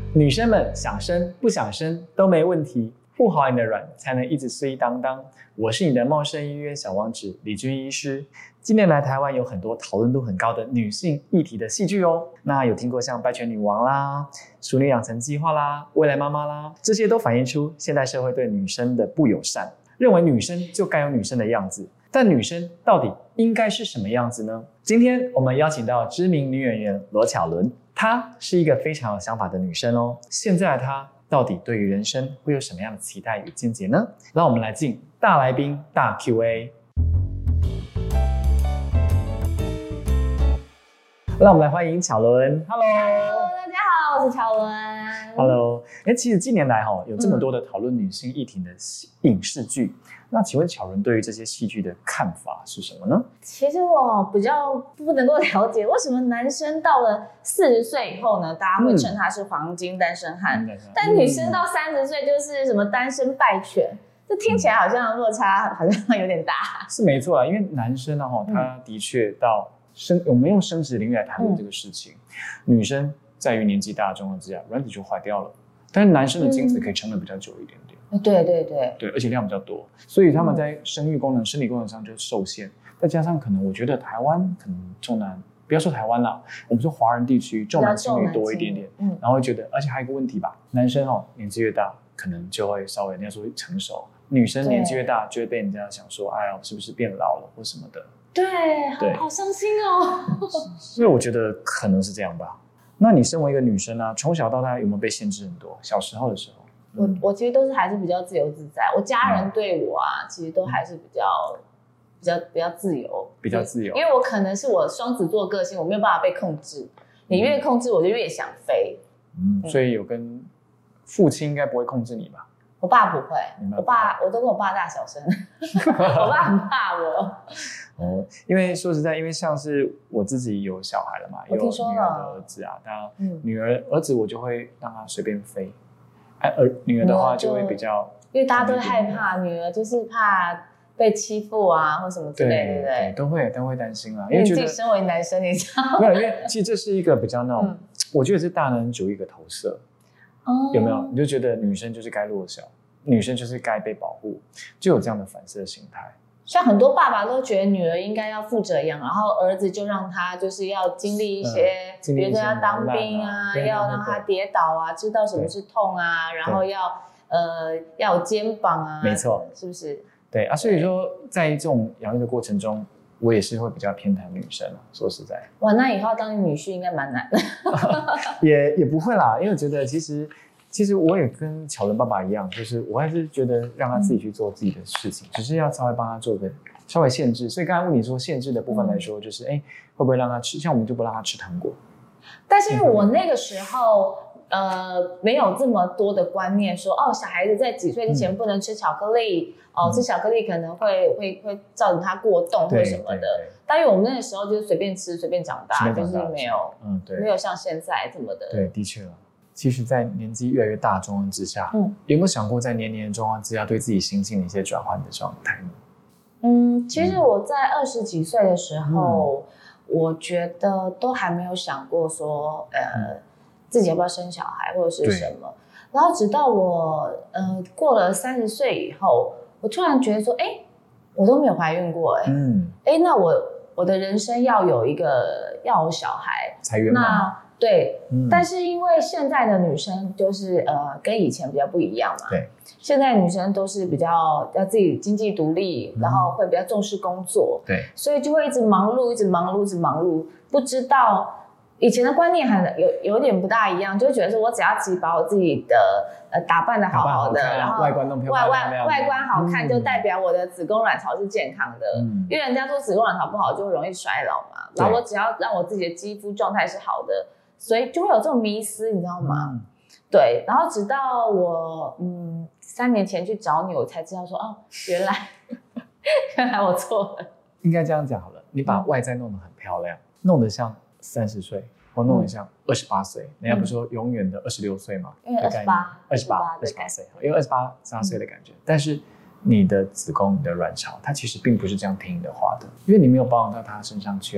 女生们想生不想生都没问题，护好你的卵才能一直碎当当。我是你的茂盛医院小王子李军医师。近年来台湾有很多讨论度很高的女性议题的戏剧哦，那有听过像《拜权女王》啦、《熟女养成计划》啦、《未来妈妈》啦，这些都反映出现代社会对女生的不友善，认为女生就该有女生的样子。但女生到底应该是什么样子呢？今天我们邀请到知名女演员罗巧伦，她是一个非常有想法的女生哦。现在的她到底对于人生会有什么样的期待与见解呢？让我们来进大来宾大 Q&A。让我们来欢迎巧伦。Hello， 大家好，我是巧伦。 Hello， 其实近年来有这么多的讨论女性议题的影视剧，那请问巧伦对于这些戏剧的看法是什么呢？ 其实我比较不能够了解，为什么男生到了40岁以后呢，大家会称他是黄金单身汉，但女生到30岁就是什么单身败犬，这听起来好像落差好像有点大。 是没错啦，因为男生呢，他的确到我们用生殖领域来谈论这个事情，女生在于年纪大的状况之下，卵子就坏掉了，但是男生的精子可以撑得比较久一点点。 对， 而且量比较多，所以他们在生育功能、生理功能上就受限。再加上可能，我觉得台湾可能重男，不要说台湾啦，我们说华人地区重男轻女多一点点，然后会觉得，而且还有一个问题吧，男生年纪越大，可能就会稍微人家说成熟，女生年纪越大，就会被人家想说，哎呀，是不是变老了或什么的。 对，好伤心哦。 所以我觉得可能是这样吧。那你身为一个女生啊，从小到大有没有被限制很多？小时候的时候？ 我其实都是还是比较自由自在，我家人对我其实都还是比较自由， 比较自由， 因为我可能是我双子座个性，我没有办法被控制，你越控制我就越想飞。 所以有跟父亲应该不会控制你吧？ 我爸不会，我都跟我爸大小声，我爸很怕我。 因为说实在，因为像是我自己有小孩了嘛，有女儿的儿子啊，当然儿子我就会让他随便飞。女儿的话就会比较， 因为大家都会害怕女儿，就是怕被欺负啊，或什么之类的，对不对？ 都会担心啊， 因为自己身为男生，你知道没有？因为其实这是一个比较那种，我觉得是大男人主义的投射，有没有？你就觉得女生就是该弱小，女生就是该被保护，就有这样的反射心态。 像很多爸爸都觉得女儿应该要负责养，然后儿子就让他就是要经历一些，比如说要当兵啊，要让他跌倒啊，知道什么是痛啊，然后要有肩膀啊， 没错， 是不是？ 对啊，所以说在这种养育的过程中，我也是会比较偏袒女生。说实在， 哇，那以后当女婿应该蛮难的。 也不会啦，因为我觉得其实我也跟巧伦爸爸一样，就是我还是觉得让他自己去做自己的事情，只是要稍微帮他做个稍微限制。所以刚才问你说限制的部分来说，就是会不会让他吃？像我们就不让他吃糖果。 但是因为我那个时候没有这么多的观念说，小孩子在几岁之前不能吃巧克力，吃巧克力可能会造成他过动或什么的。但因为我们那个时候就是随便吃随便长大，就是没有像现在这么的。 对，的确了。其实，在年纪越来越大的状况之下，有没有想过在年龄的状况之下，对自己心境的一些转换的状态呢？ 其实我在20几岁的时候，我觉得都还没有想过说，自己要不要生小孩或者是什么。然后直到我过了30岁以后，我突然觉得说，我都没有怀孕过，那我的人生要有小孩才圆满。 对，但是因为现在的女生就是跟以前比较不一样嘛。 对， 现在女生都是比较要自己经济独立，然后会比较重视工作。 对， 所以就会一直忙碌，不知道以前的观念有点不大一样，就觉得说我只要把我自己的打扮的好好的，然后外观弄漂亮， 外观好看就代表我的子宫卵巢是健康的。因为人家说子宫卵巢不好就会容易衰老嘛，然后我只要让我自己的肌肤状态是好的。所以就会有这种迷思，你知道吗？对，然后直到我3年前去找你，我才知道说原来我错了。 应该这样讲好了，你把外在弄得很漂亮，弄得像30岁，或弄得像28岁，人家不是说永远的26岁吗？ 因为28 岁，因为28岁的感觉，但是你的子宫、你的卵巢，它其实并不是这样听你的话的，因为你没有保养到它身上去啊。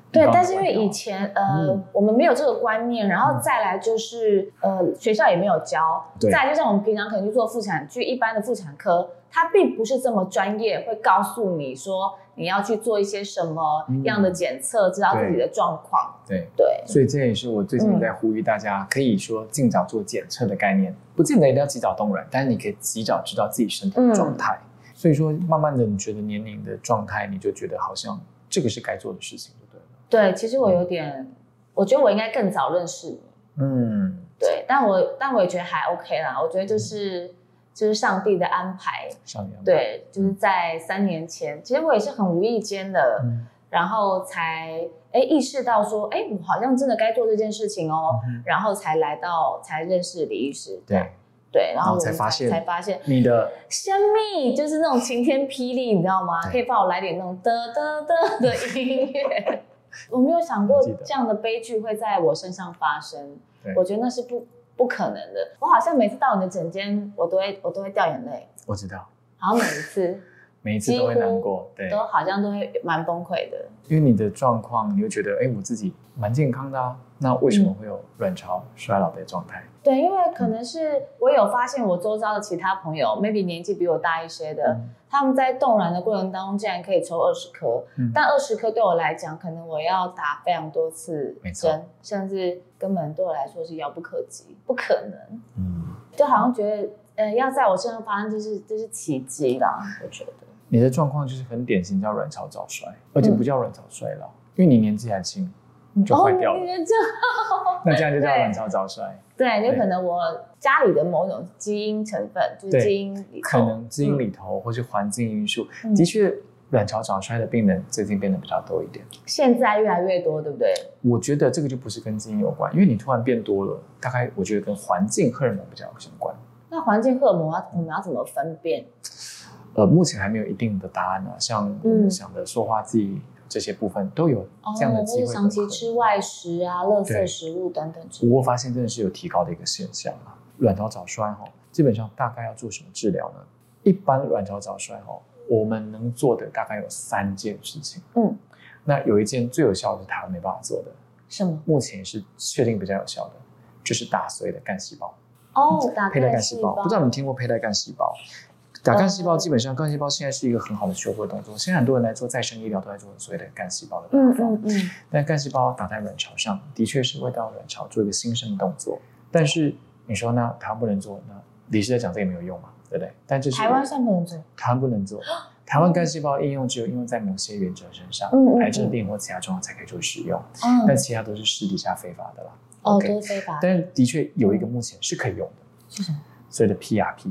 对，但是因为以前我们没有这个观念，然后再来就是学校也没有教，再来就像我们平常可能去做妇产去一般的妇产科，它并不是这么专业，会告诉你说你要去做一些什么样的检测，知道自己的状况。 对， 对， 所以这也是我最近在呼吁大家，可以说尽早做检测的概念，不见得一定要及早冻卵，但是你可以及早知道自己身体的状态。所以说，慢慢的你觉得年龄的状态，你就觉得好像这个是该做的事情，对了。 对，其实我有点，我觉得我应该更早认识你。对，但我也觉得还 OK 啦。我觉得就是上帝的安排。上帝安排。对，就是在3年前，其实我也是很无意间的，然后才意识到说，我好像真的该做这件事情哦，然后才认识李医师。对，然后我才发现你的生命就是那种晴天霹雳，你知道吗？可以帮我来点那种的音乐。我没有想过这样的悲剧会在我身上发生，我觉得那是不可能的。我好像每次到你的诊间，我都会掉眼泪。 我知道， 好像每一次都会难过，对， 都好像都会蛮崩溃的。 因为你的状况，你会觉得，我自己蛮健康的啊，那为什么会有卵巢衰老的状态？ 对，因为可能是我有发现我周遭的其他朋友 maybe 年纪比我大一些的，他们在冻卵的过程当中竟然可以抽20颗，但20颗对我来讲，可能我要打非常多次针，甚至根本对我来说是遥不可及，不可能。就好像觉得要在我身上发生，这是奇迹啦，我觉得。 你的状况就是很典型，叫卵巢早衰，而且不叫卵巢衰老，因为你年纪还轻就坏掉了。那这样就叫卵巢早衰。 对，就可能我家里的某种基因成分，就是基因里头， 可能基因里头或是环境因素，的确卵巢早衰的病人最近变得比较多一点。现在越来越多，对不对？ 我觉得这个就不是跟基因有关，因为你突然变多了，大概我觉得跟环境荷尔蒙比较有相关。 那环境荷尔蒙我们要怎么分辨？ 目前还没有一定的答案啊，像我们想的塑化剂这些部分都有这样的机会。 长期吃外食啊、垃圾食物等等之类的。 我发现真的是有提高的一个现象啊。卵巢早衰基本上大概要做什么治疗呢？一般卵巢早衰我们能做的大概有3件事情。那有一件最有效的是台湾没办法做的， 什么？ 目前是确定比较有效的，就是打所谓的干细胞。 打胚胎干细胞，不知道你们听过胚胎干细胞？打干细胞基本上，干细胞现在是一个很好的修复的动作。现在很多人来做再生医疗都在做所谓的干细胞的打法。但干细胞打在卵巢上，的确是会到卵巢做一个新生的动作。但是你说那台湾不能做，那李师在讲这也没有用嘛，对不对？但这是台湾上不能做， 台湾不能做。台湾干细胞应用只有应用在某些原者身上，癌症病或其他状况才可以做使用，但其他都是私底下非法的啦。 都是非法。 但是的确有一个目前是可以用的， 是什么？ 所谓的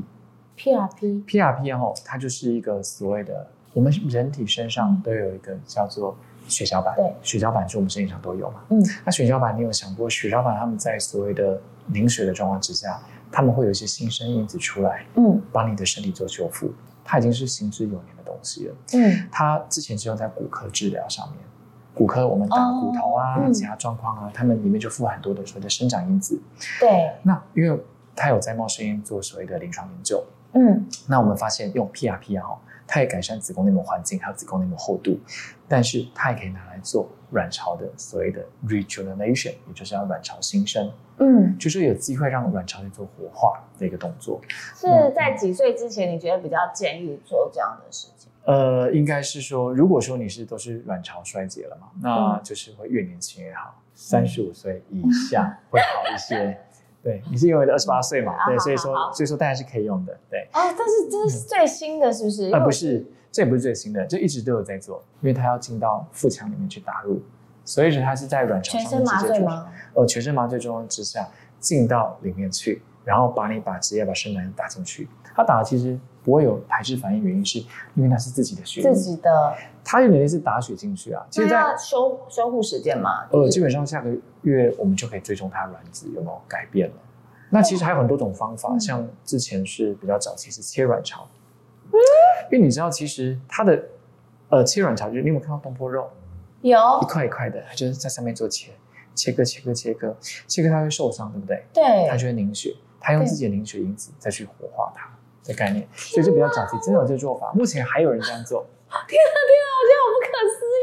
PRP。PRP 它就是一个所谓的，我们人体身上都有一个叫做血小板，血小板是我们身体上都有嘛。那血小板你有想过，血小板他们在所谓的凝血的状况之下，他们会有一些新生因子出来，帮你的身体做修复。它已经是行之有年的东西了。它之前是用在骨科治疗上面，骨科我们打骨头啊，其他状况啊，它们里面就富含很多的所谓的生长因子。 对。 那因为它有在茂生医做所谓的临床研究。那我们发现用 PRP 它也改善子宫内膜环境还有子宫内膜厚度，但是它也可以拿来做卵巢的所谓的 rejuvenation， 也就是要卵巢新生。就是有机会让卵巢去做活化的一个动作。 是在几岁之前你觉得比较建议做这样的事情？ 应该是说，如果说你都是卵巢衰竭了嘛，那就是会越年轻越好，35岁以下会好一些。对，你是因为28岁嘛，对，所以说当然是可以用的，对。 但是这是最新的，是不是？ 不是，这也不是最新的，这一直都有在做，因为它要进到腹腔里面去打入，所以说它是在卵巢上面直接全身麻醉吗？ 全身麻醉状况之下进到里面去，然后直接把生产打进去。它打的其实不会有排斥反应，原因是因为它是自己的血液， 自己的， 它有点类似打血进去啊。其实要修护时间嘛？ 基本上下个月我们就可以追踪它卵子有没有改变了。那其实还有很多种方法，像之前是比较早期是切卵巢，因为你知道其实它的切卵巢，就是你有没有看到东坡肉？ 有一块一块的，它就是在上面做切割，它会受伤，对不对？ 对， 它就会凝血，它用自己的凝血因子再去活化它的概念，所以就比较早期，真的有这个做法。目前还有人这样做。 天啊，我觉得好不可思议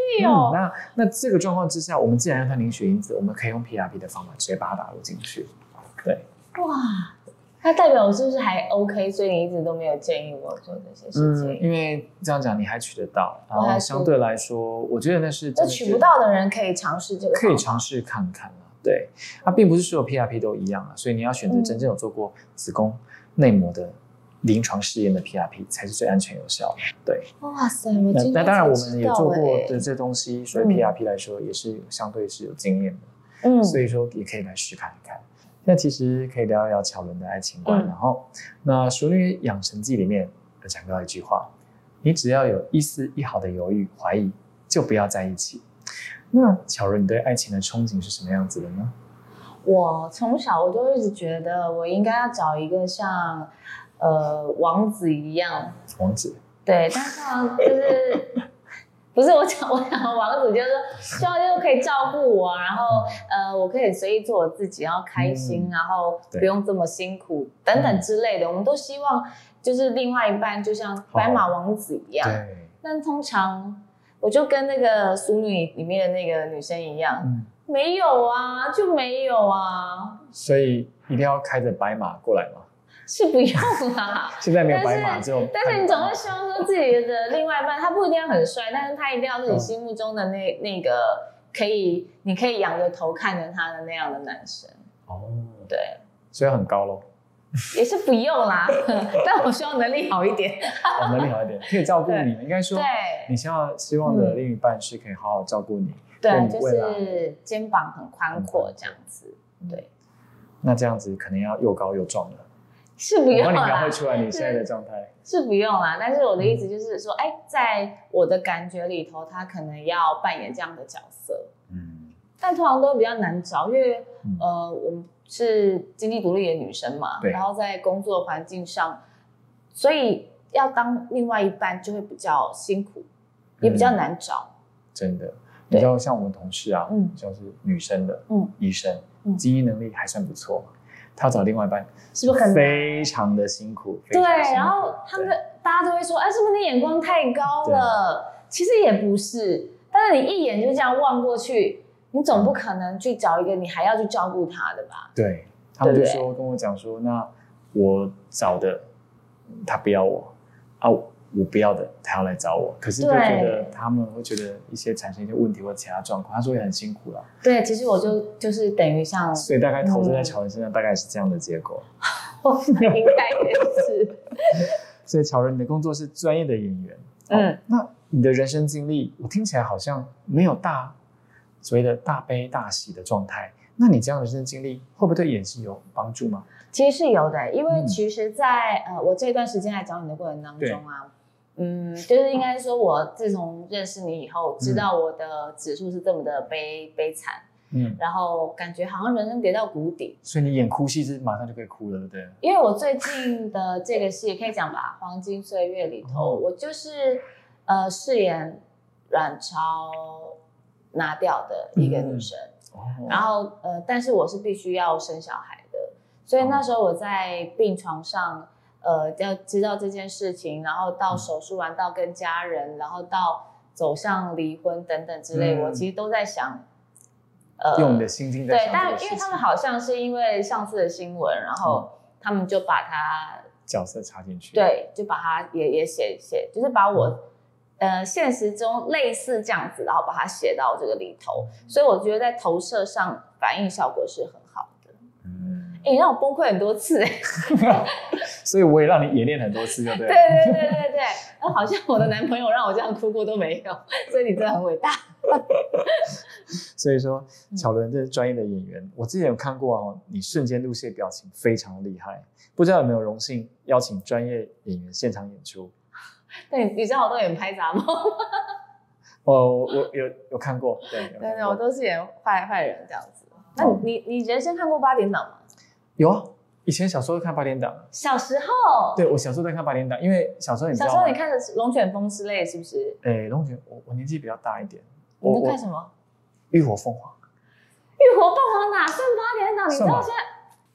利哦。 那这个状况之下，我们既然要它凝血因子，我们可以用 PRP 的方法直接把它打入进去。对， 哇，那代表我是不是还 OK？所以你一直都没有建议我做这些事情。 因为这样讲你还取得到，然后相对来说，我觉得那是真的取不到的人可以尝试这个方法， 可以尝试看看啦。对，并不是所有 PRP 都一样啊，所以你要选择真正有做过子宫内膜的临床试验的 PRP 才是最安全有效的。对， 哇塞，我今天那当然我们也做过的这东西，所以 PRP 来说也是相对是有经验的，所以说也可以来试看一看。那其实可以聊一聊巧伦的爱情观，然后那《熟女养成记》里面有讲到一句话：你只要有一丝一毫的犹豫、怀疑，就不要在一起。那巧伦，你对爱情的憧憬是什么样子的呢？ 我从小我都一直觉得我应该要找一个像王子一样。 王子。对， 但是就是不是我讲的王子，就是说希望就是可以照顾我，然后我可以随意做我自己，然后开心，然后不用这么辛苦等等之类的。我们都希望就是另外一半就像白马王子一样。 对。 但通常我就跟那个《淑女》里面的那个女生一样，没有啊，就没有啊。 所以一定要开着白马过来吗？ 是不用啦。 现在没有白马， 但是你总会希望说自己的另外一半，他不一定要很帅，但是他一定要是你心目中的那个你可以仰着头看着他的那样的男生。 哦， 对， 所以很高咯。 也是不用啦，但我希望能力好一点。 能力好一点，可以照顾你。应该说，你希望的另一半是可以好好照顾你。 对，就是肩膀很宽阔这样子。对， 那这样子可能要又高又壮了。 是不用啦， 我帮你描绘出来你现在的状态。 是不用啦，但是我的意思就是说，在我的感觉里头，他可能要扮演这样的角色。但通常都比较难找，因为我们是经济独立的女生嘛，然后在工作环境上，所以要当另外一半就会比较辛苦，也比较难找。 真的，你知道像我们同事啊，像是女生的医生，经济能力还算不错，他找另外一半是不是很非常的辛苦？ 对，然后大家都会说，是不是你眼光太高了？其实也不是，但是你一眼就这样望过去。你总不可能去找一个你还要去照顾他的吧？对， 他们就跟我讲说，那我找的他不要我啊，我不要的他要来找我，可是就觉得他们会觉得产生一些问题或其他状况，他说也很辛苦啦。 对，其实我就是等于像， 所以大概投资在巧伦身上，大概是这样的结果。 应该也是。 所以巧伦，你的工作是专业的演员，那你的人生经历，我听起来好像没有所谓的大悲大喜的状态，那你这样的人生经历会不会对演戏有帮助吗？ 其实是有的，因为其实在我这段时间来找你的过程当中啊，就是应该说我自从认识你以后，知道我的指数是这么的悲惨，然后感觉好像人生跌到谷底， 所以你演哭戏是马上就可以哭了，对不对？ 因为我最近的这个戏也可以讲吧，《黄金岁月》里头，我就是饰演卵巢拿掉的一个女生，然后但是我是必须要生小孩的，所以那时候我在病床上，要知道这件事情，然后到手术完，到跟家人，然后到走向离婚等等之类，我其实都在想， 用你的心境在想。 对，但因为他们好像是因为上次的新闻，然后他们就把他角色插进去， 对，就把它也写，就是把我。现实中类似这样子，然后把它写到这个里头，所以我觉得在投射上反应效果是很好的。你让我崩溃很多次所以我也让你演练很多次，对不对？ 对，那好像我的男朋友让我这样哭过都没有，所以你真的很伟大。 所以说，巧伦这是专业的演员，我之前有看过你瞬间露馅表情非常厉害，不知道有没有荣幸邀请专业演员现场演出？ 对，你知道我都演拍杂吗？ 我有看过，对， 我都是演坏人这样子。那你人生看过8点档吗？ 有啊，以前小时候看8点档。小时候？ 对，我小时候在看8点档，因为小时候你知道吗？ 小时候你看的是《龙卷风》之类，是不是？ 龙卷，我年纪比较大一点。 你都看什么？ 浴火凤凰。 浴火凤凰哪算8点档？你知道现在？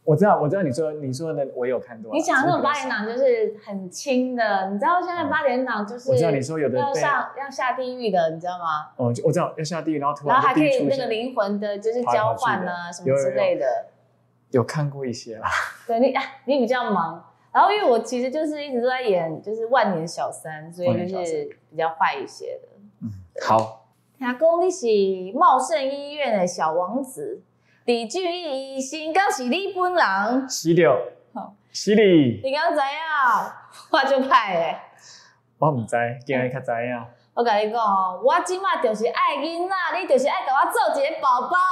我知道你说的我有看过。 你讲的那种八点档就是很轻的，你知道现在八点档就是我知道你说有的要下地狱的，你知道吗？ 哦，我知道要下地狱，然后突然还可以那个灵魂的，就是交换啊什么之类的。 有看过一些啦。 对你比较忙，然后因为我其实就是一直都在演就是万年小三，所以就是比较坏一些的。 好。 听讲你是茂盛医院的小王子。李俊义医生，敢是你本人？ 是的，是你。 你敢知影？我就歹的。 我唔知，今日较知影。 我甲你讲哦，我即马就是爱囡仔，你就是爱甲我做一个宝宝。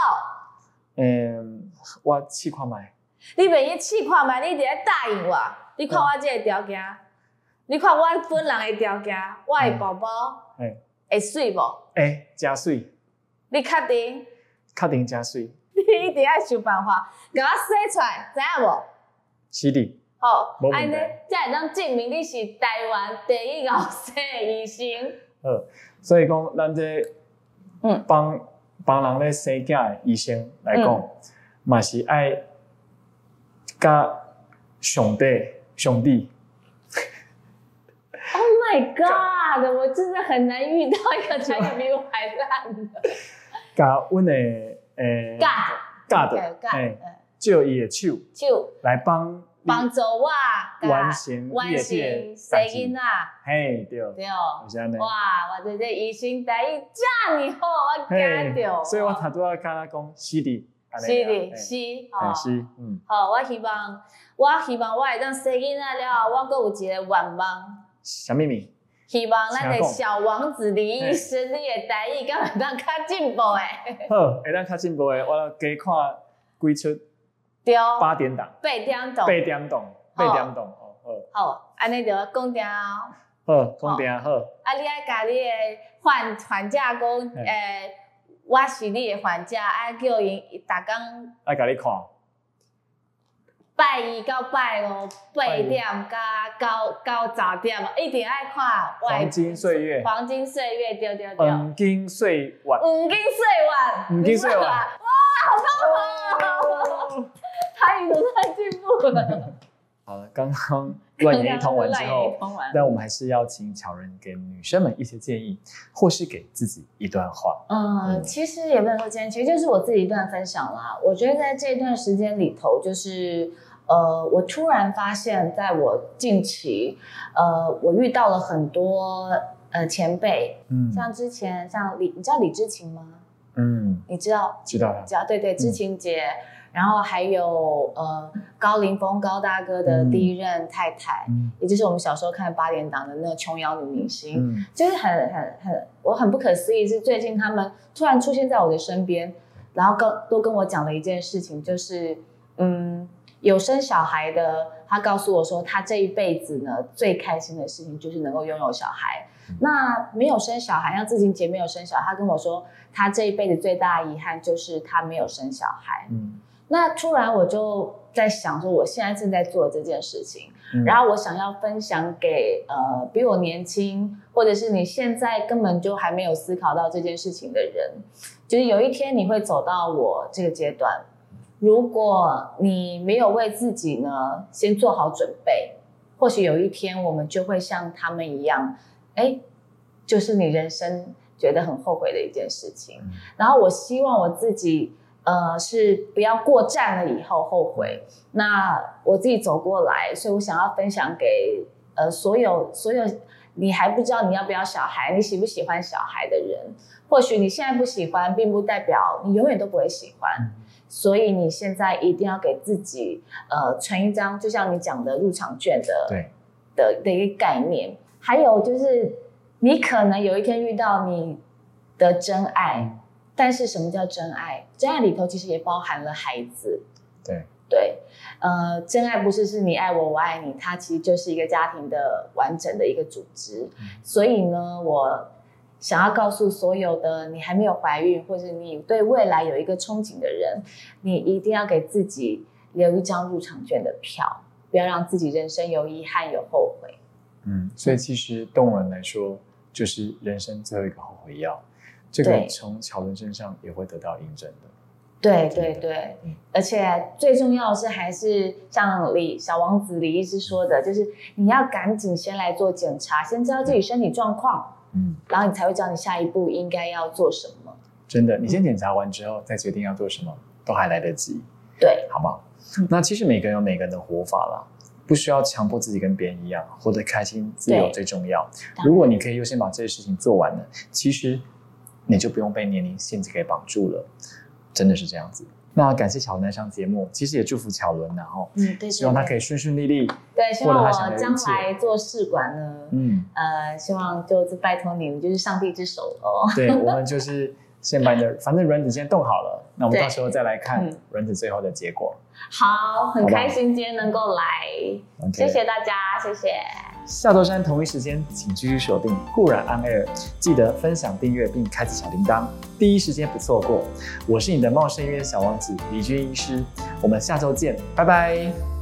我试看卖。 你袂去试看卖，你一定要答应我。你看我这个条件，你看我本人的条件，我的宝宝会水无？ 会，真水。 你确定？ 确定真水。 你一定要想办法，甲我洗出来，知影无？ 是的。 好，安尼才会当证明你是台湾第一后生的医生。 所以讲，咱这帮人咧生囝的医生来讲，嘛是爱甲上帝。 Oh my god！ 我真的很难遇到一个台语比我还烂的。 甲阮的 God， 借伊的手来帮助我完成生囡仔。 嘿，对， 就是安尼。哇，我这医生台语这么好，我惊到。 所以我头拄仔甲你讲，是的， 是，好，我希望我会当生囡仔了后，我阁有一个愿望。 啥秘密？ 希望咱的小王子李医生，你的台语敢会当较进步诶？ 好，会当较进步诶，我加看几出。 对。 8点档。8点档。 好，安尼就讲定。 好，讲定好。 你爱甲你的还价讲，我是你的还价，爱叫因逐工爱甲你看。 拜一到拜五8点到10点，一定爱看。 黄金岁月， 对。 黄金岁月。 哇，好棒！台语都在进步了。 好了，刚刚乱言一通完之后，但我们还是要请巧人给女生们一些建议，或是给自己一段话。 其实也不能说建议，其实就是我自己一段分享啦。我觉得在这段时间里头，就是我突然发现，在我近期，我遇到了很多前辈，像之前你知道李知琴吗？你知道？ 知道。 对，知琴姐。然后还有高凌风高大哥的第一任太太，也就是我们小时候看8点档的那个琼瑶女明星，就是我很不可思议，是最近他们突然出现在我的身边，然后都跟我讲了一件事情，就是有生小孩的，他告诉我说，他这一辈子呢最开心的事情就是能够拥有小孩。那没有生小孩，像志晴姐没有生小孩，他跟我说，他这一辈子最大的遗憾就是他没有生小孩。那突然我就在想说，我现在正在做这件事情，然后我想要分享给比我年轻，或者是你现在根本就还没有思考到这件事情的人，就是有一天你会走到我这个阶段，如果你没有为自己呢先做好准备，或许有一天我们就会像他们一样，就是你人生觉得很后悔的一件事情。然后我希望我自己是不要过站了以后后悔。那我自己走过来，所以我想要分享给所有你还不知道你要不要小孩，你喜不喜欢小孩的人。或许你现在不喜欢，并不代表你永远都不会喜欢。所以你现在一定要给自己存一张，就像你讲的入场券的一个概念。还有就是你可能有一天遇到你的真爱，但是什么叫真爱？真爱里头其实也包含了孩子。对，真爱不是你爱我，我爱你，它其实就是一个家庭的完整的一个组织。所以呢，我想要告诉所有的你还没有怀孕，或者你对未来有一个憧憬的人，你一定要给自己留一张入场券的票，不要让自己人生有遗憾有后悔。 所以其实动人来说，就是人生最后一个后悔药。这个从巧人身上也会得到印证的。 对对对，而且最重要的是，还是像小王子李医师说的，就是你要赶紧先来做检查，先知道自己身体状况，然后你才会知道你下一步应该要做什么。 真的，你先检查完之后再决定要做什么，都还来得及。 对， 好不好？那其实每个人有每个人的活法啦，不需要强迫自己跟别人一样，活得开心自由最重要。如果你可以优先把这些事情做完了，其实你就不用被年龄限制给绑住了，真的是这样子。那感谢巧伦来上节目，其实也祝福巧伦然后对， 希望他可以顺顺利利， 对，希望我将来做试管呢，希望就是拜托你们，就是上帝之手哦。 对，我们就是先把你的，反正卵子先冻好了，那我们到时候再来看卵子最后的结果。 好，很开心今天能够来，谢谢大家，谢谢。 下周三同一时间，请继续锁定固然 On Air， 记得分享、订阅并开启小铃铛，第一时间不错过。我是你的茂盛医院小王子李军医师，我们下周见，拜拜。